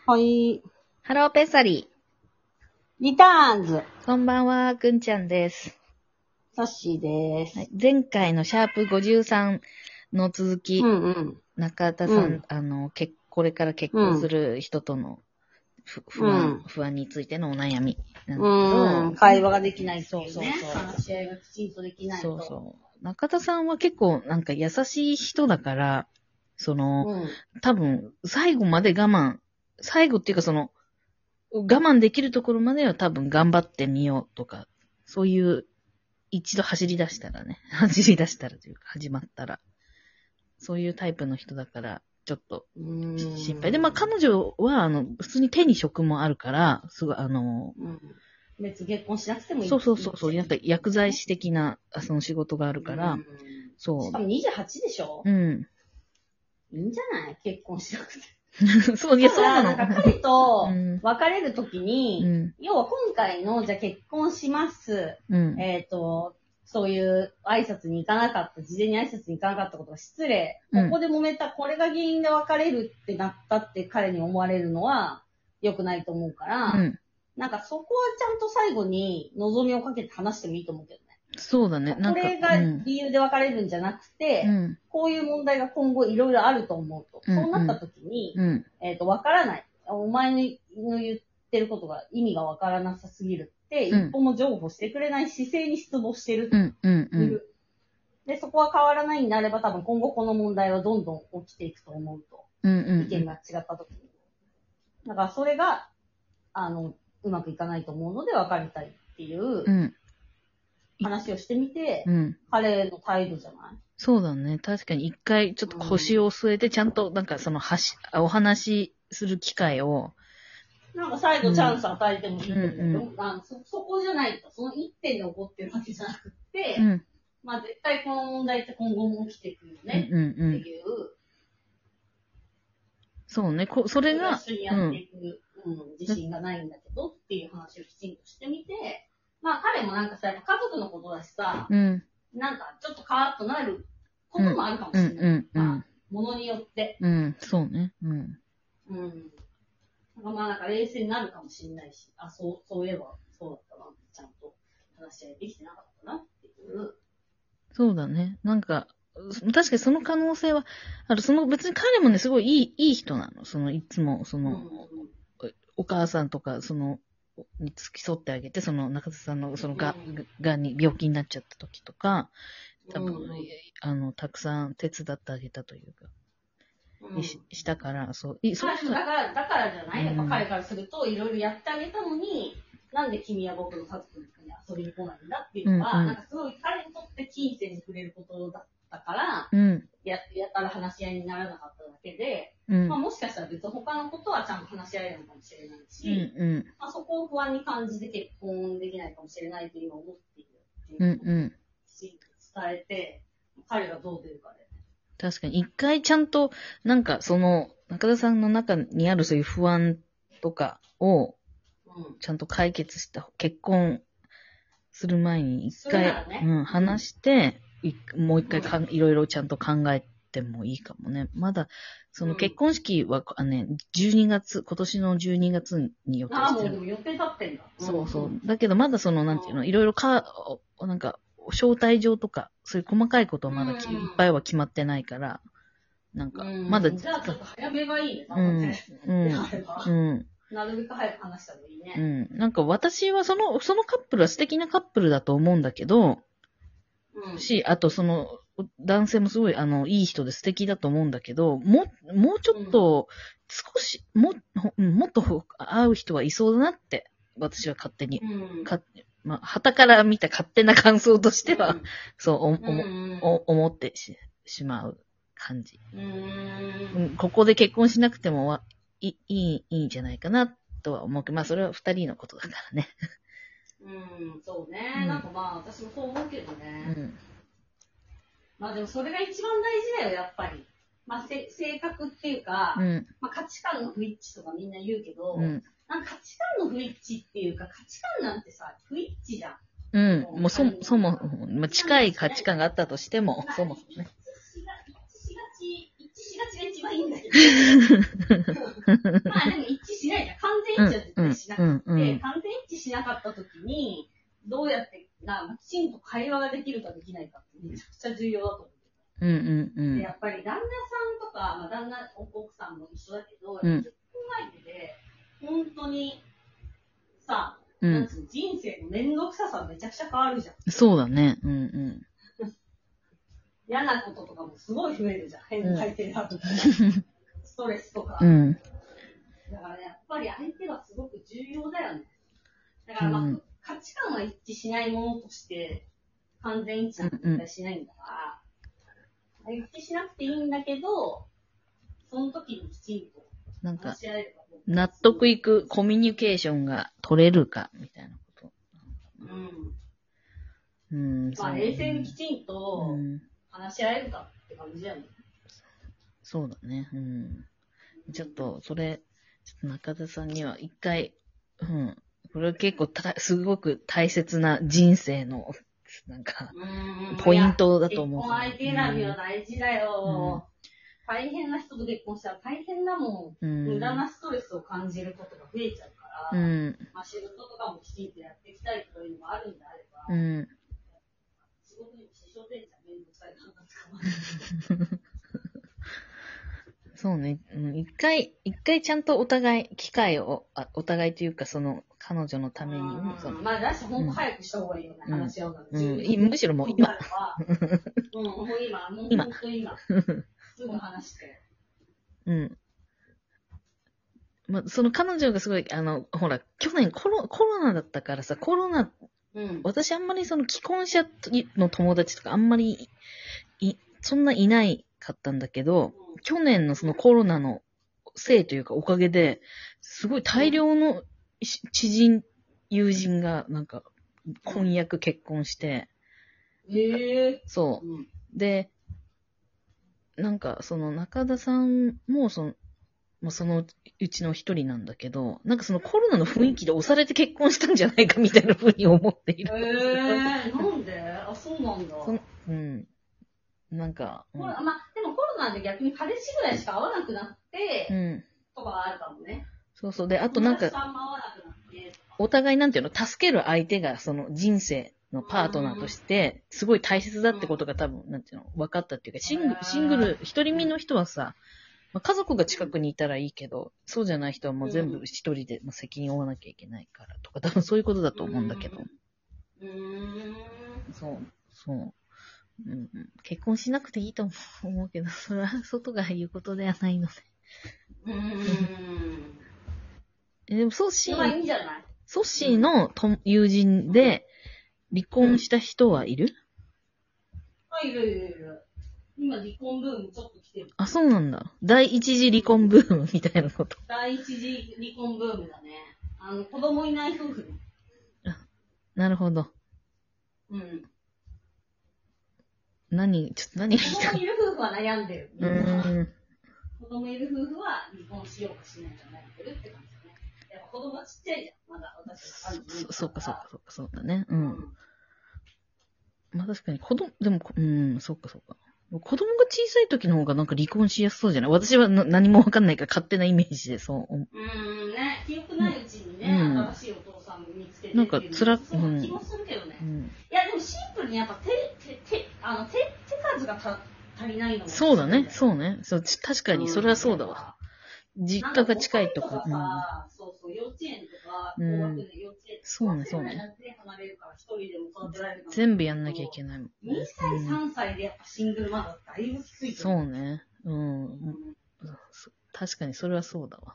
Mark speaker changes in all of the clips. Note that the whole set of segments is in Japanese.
Speaker 1: はい。
Speaker 2: ハローペッサリ
Speaker 1: リターンズ。
Speaker 2: ー。こんばんは、くんちゃんです。
Speaker 1: サッシーです。
Speaker 2: はい、前回のシャープ53の続き、中田さん、これから結婚する人との不安についてのお悩みなんだけど、
Speaker 1: 会話ができないっていうね。
Speaker 2: そう
Speaker 1: 話し合いがきちんとできないと。
Speaker 2: 中田さんは結構なんか優しい人だから、多分、最後まで最後っていうか我慢できるところまでは多分頑張ってみようとか、そういう一度走り出したらというか始まったら、そういうタイプの人だから、ちょっと心配で、彼女は普通に手に職もあるから、すごい
Speaker 1: 別に結婚しなくてもいい。
Speaker 2: そう、なんか薬剤師的なその仕事があるから、そう。
Speaker 1: しかも28でしょ？いいんじゃない？結婚しなくて。
Speaker 2: そう、いや、そうなの。
Speaker 1: なんか彼と別れるときに、要は今回の、じゃあ結婚します。そういう挨拶に行かなかった、事前に挨拶に行かなかったことが失礼。ここで揉めた、これが原因で別れるってなったって彼に思われるのは良くないと思うから、なんかそこはちゃんと最後に望みをかけて話してもいいと思うけどね。
Speaker 2: そうだね。
Speaker 1: これが理由で別れるんじゃなくて、こういう問題が今後いろいろあると思うと。そうなった時に、わからない。お前の言ってることが意味がわからなさすぎるって、一歩も譲歩してくれない姿勢に失望してる。で、そこは変わらないんであれば多分今後この問題はどんどん起きていくと思うと。意見が違った時に。だからそれが、うまくいかないと思うので別れたいっていう、話をしてみて、彼の態度じゃない？
Speaker 2: そうだね。確かに一回ちょっと腰を据えて、ちゃんとなんかお話しする機会を。
Speaker 1: なんか再度チャンス与えてもいいと思うよ。そこじゃないと。その一点で起こってるわけじゃなくて、絶対この問題って今後も起きてくるよねっていう。
Speaker 2: そうね。それが。
Speaker 1: 一緒にやっていく、自信がないんだけどっていう話をきちんとしてみて、彼もなんかさ、やっぱ家族のことだしさ、なんかちょっとカーッとなることもあるかもしれない。ものによって。
Speaker 2: そうね。
Speaker 1: なんか冷静になるかもしれないし、そういえばそうだったな、ちゃんと話し合いできてなかったなっていう。
Speaker 2: そうだね。なんか、確かにその可能性はある。別に彼もね、すごいいい人なの。いつも、お母さんとか、に付き添ってあげて、中田さんの、がんに、病気になっちゃった時とか、多分、たくさん手伝ってあげたというか、したから、そう。
Speaker 1: だからじゃない？やっぱ彼からすると、いろいろやってあげたのに、なんで君は僕の家族に遊びに来ないんだっていうのは、なんかすごい彼にとって金銭に触れることだったから、やったら話し合いにならなかっただけで、もしかしたら別に他のことはちゃんと話し合えるのかもしれないし、そこを不安に感じて結婚できないかもしれないって今思っているっていうのを伝えて、彼がどう出るかで。
Speaker 2: 確かに、一回ちゃんと、なんか中田さんの中にあるそういう不安とかを、ちゃんと解決した、結婚する前に一回、話して、もう一回いろいろちゃんと考えてもいいかもね。まだ、結婚式は、12月、今年の12月に予定してる。
Speaker 1: もう予定立ってんだ。
Speaker 2: そう。だけどまだなんていうの、いろいろなんか、招待状とか、そういう細かいことはまだいっぱいは決まってないから、なんか、まだ。
Speaker 1: じゃあちょっと早めがいいね、なるべく早く話した方がいいね。
Speaker 2: なんか私はそのカップルは素敵なカップルだと思うんだけど、あと男性もすごいいい人で素敵だと思うんだけど、もうちょっと、少し、もっと会う人はいそうだなって、私は勝手に、旗から見た勝手な感想としては、思ってしまう感じ。ここで結婚しなくてもいいんじゃないかなとは思うけど、それは二人のことだからね。
Speaker 1: そうね。なんか私もそう思うけどね。でもそれが一番大事だよ、やっぱり。性格っていうか、価値観の不一致とかみんな言うけど、なんか価値観の不一致っていうか、価値観なんてさ、不一致じゃん。
Speaker 2: もうそも、近い価値観があったとしても、そもそもね。
Speaker 1: 一致しがちが一番番いいんだけど。まあでも一致しないじゃん。完全一致は絶対しなくて、完全一致しなかった時に、どうやってきちんと会話ができるかできないかってめちゃくちゃ重要だと思う。でやっぱり旦那さんとか、奥さんも一緒だけど、結婚相手で、本当にさ、なんつうの、人生の面倒くささめちゃくちゃ変わるじゃん。
Speaker 2: そうだね。
Speaker 1: 嫌なこととかもすごい増えるじゃん。変な相手があるから。ストレスとか。だからね、やっぱり相手はすごく重要だよね。だから価値観は一致しないものとして、完全一致なんて絶対しないんだから、一致しなくていいんだけど、その時にきちんと話し合えれば。
Speaker 2: 納得いくコミュニケーションが取れるか、みたいなこと。
Speaker 1: まあ、冷静にきちんと話し合えるかって感じだよね。
Speaker 2: そうだね。ちょっと、それ、中田さんには一回、これは結構すごく大切な人生の、なんか、ポイントだと思う。
Speaker 1: 結婚相手選びは大事だよ。大変な人と結婚したら大変だもん。無駄なストレスを感じることが増えちゃうから、まあ仕事とかもきちんとやっていきたいというのがあるんであれば、仕事にも支障出るじゃん、めんどくさいなんか
Speaker 2: そうね。一回ちゃんとお互い、機会を、お互いというか、その、彼女のためにも、
Speaker 1: まあ、だし、ほんと早くした方がいいよね、話し合うから。
Speaker 2: むしろもう今。
Speaker 1: もう今。すぐ話して。
Speaker 2: まあ、その彼女がすごい、ほら、去年コロナだったからさ、私あんまりその既婚者の友達とかあんまりそんないないかったんだけど、去年のそのコロナのせいというかおかげで、すごい大量の友人がなんか婚約結婚して、そう。で、なんかその中田さんもそのうちの一人なんだけど、なんかそのコロナの雰囲気で押されて結婚したんじゃないかみたいな風に思っている。
Speaker 1: なんで？あ、そうなんだ。
Speaker 2: なんか。
Speaker 1: まあ、でもコロナで逆に彼氏ぐらいしか会わなくなって、とかあるかもね。
Speaker 2: そう。で、あとなんか、お互いなんていうの、助ける相手がその人生のパートナーとして、すごい大切だってことが多分、なんていうの、分かったっていうか、シングル、一人身の人はさ、家族が近くにいたらいいけど、そうじゃない人はもう全部一人で責任を負わなきゃいけないからとか、多分そういうことだと思うんだけど。そう。結婚しなくていいと思うけど、それは外が言うことではないので。でも、ソッシーの友人で離婚した人はいる？
Speaker 1: いる。今、離婚ブームちょっと来てる。
Speaker 2: あ、そうなんだ。第一次離婚ブームみたいなこと。
Speaker 1: 第一次離婚ブームだね。子供いない夫婦。
Speaker 2: なるほど。何がいいか。
Speaker 1: 子供いる夫婦は悩んでる。子供いる夫婦は離婚しようかしないか悩んでるって感じだね。やっぱ子供はちっちゃいじゃん。まだ私が
Speaker 2: そうだね。まあ確かにでも、そうか。子供が小さい時の方がなんか離婚しやすそうじゃない？私は何もわかんないから勝手なイメージでそう。
Speaker 1: ね、記憶ないうちにね、新しいお父さん見つけて
Speaker 2: なんか
Speaker 1: そう気もするけどね。いや、でもシンプルにやっぱ手数が足りないのも。
Speaker 2: そうだね。そうね。確かに、それはそうだわ。実家が近いとか。
Speaker 1: そう、幼稚園とか、高学年幼稚園とか。
Speaker 2: そうね。
Speaker 1: 離れるから一人でも育てられるから。
Speaker 2: 全部やんなきゃいけないもん。
Speaker 1: 2歳、3歳でやっぱシングルマザーだいぶきつい。
Speaker 2: そうね。確かにそれはそうだわ。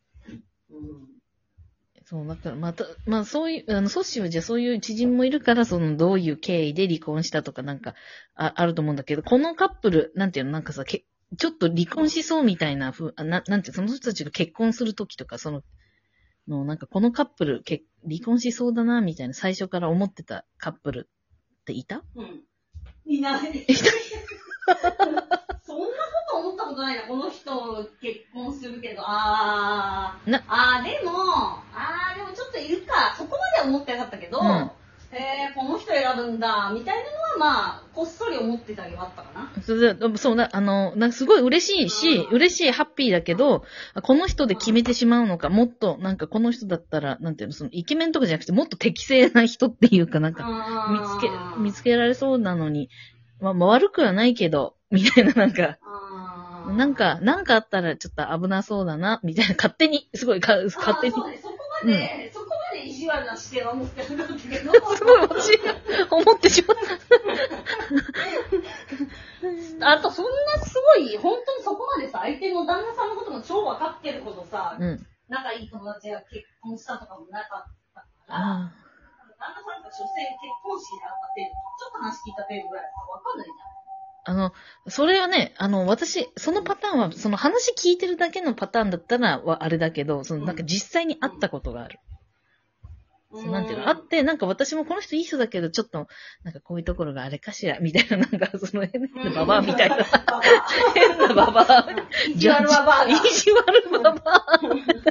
Speaker 2: そう、だからまあそういう、ソッシーはじゃあそういう知人もいるから、どういう経緯で離婚したとかなんか、あると思うんだけど、このカップル、なんていうの、なんかさ、ちょっと離婚しそうみたいななんて、その人たちが結婚するときとか、なんかこのカップル、離婚しそうだな、みたいな最初から思ってたカップルっていた？
Speaker 1: いない。そんなこと思ったことないな。この人結婚するけど、でもちょっといるか。そこまでは思ってなかったけど、この人選ぶんだ、みたいなのはまあ、 こっそり思ってたりはあったかな。
Speaker 2: そうな、すごい嬉しいし、嬉しい、ハッピーだけど、この人で決めてしまうのか、もっと、なんかこの人だったら、なんていうの、そのイケメンとかじゃなくて、もっと適正な人っていうか、なんか、見つけられそうなのに、まあ、悪くはないけど、みたいな、なんかあったらちょっと危なそうだな、みたいな、勝手に、すごい、勝手に。
Speaker 1: そうね、そこまで意地悪な視点は持ってなかったけど。
Speaker 2: すごい、私、思ってしまった。
Speaker 1: あと、そんなすごい、本当にそこまでさ、相手の旦那さんのことも超分かってるほどさ、仲いい友達が結婚したとかもなかったから、旦那さんと所詮結婚式であった程度、ちょっと話聞いた程度ぐらい分かんないじゃん。
Speaker 2: それはね、私、そのパターンは、その話聞いてるだけのパターンだったら、あれだけど、なんか実際に会ったことがある。なんていうの、会って、なんか私もこの人いい人だけど、ちょっと、なんかこういうところがあれかしら、みたいな、なんか、その変なババアみたいな。変なババア。
Speaker 1: 意地悪ババア。
Speaker 2: 意地悪ババア。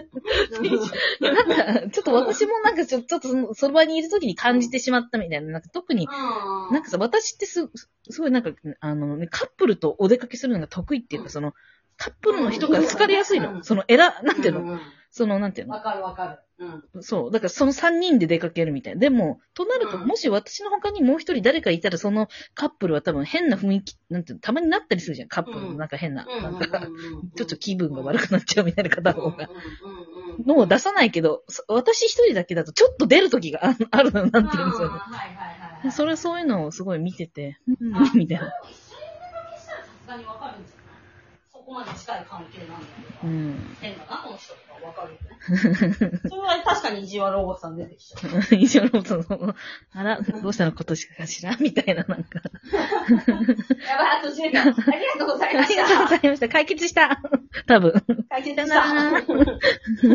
Speaker 2: なんか、ちょっと私もなんかちょっとその場にいるときに感じてしまったみたいな。なんか特に、なんかさ、私ってすごいなんか、カップルとお出かけするのが得意っていうか、その、カップルの人が疲れやすいの。その、なんていうの、なんていうの。
Speaker 1: わかる。
Speaker 2: そう。だからその3人で出かけるみたいな。でも、となると、もし私の他にもう一人誰かいたら、そのカップルは多分変な雰囲気、なんていうの、たまになったりするじゃん。カップルのなんか変な、なんか、ちょっと気分が悪くなっちゃうみたいな片方が。のを出さないけど、私一人だけだとちょっと出る時があるの、なんていうんですよね。そういうのをすごい見てて、みたいな。
Speaker 1: 一緒に出かけしたらさすがにわかるんじゃない？そこまで近い関係なんだけど。変だな、この人とかわかるよね。それは確かに意地悪おばさん出てきちゃう。
Speaker 2: 意地悪おばさん、あら、どうしたの今年かしらみたいな、なんか。
Speaker 1: やばい、あと10秒。ありがとうございました。
Speaker 2: ありがとうございました。解決した。多分。
Speaker 1: 解決した。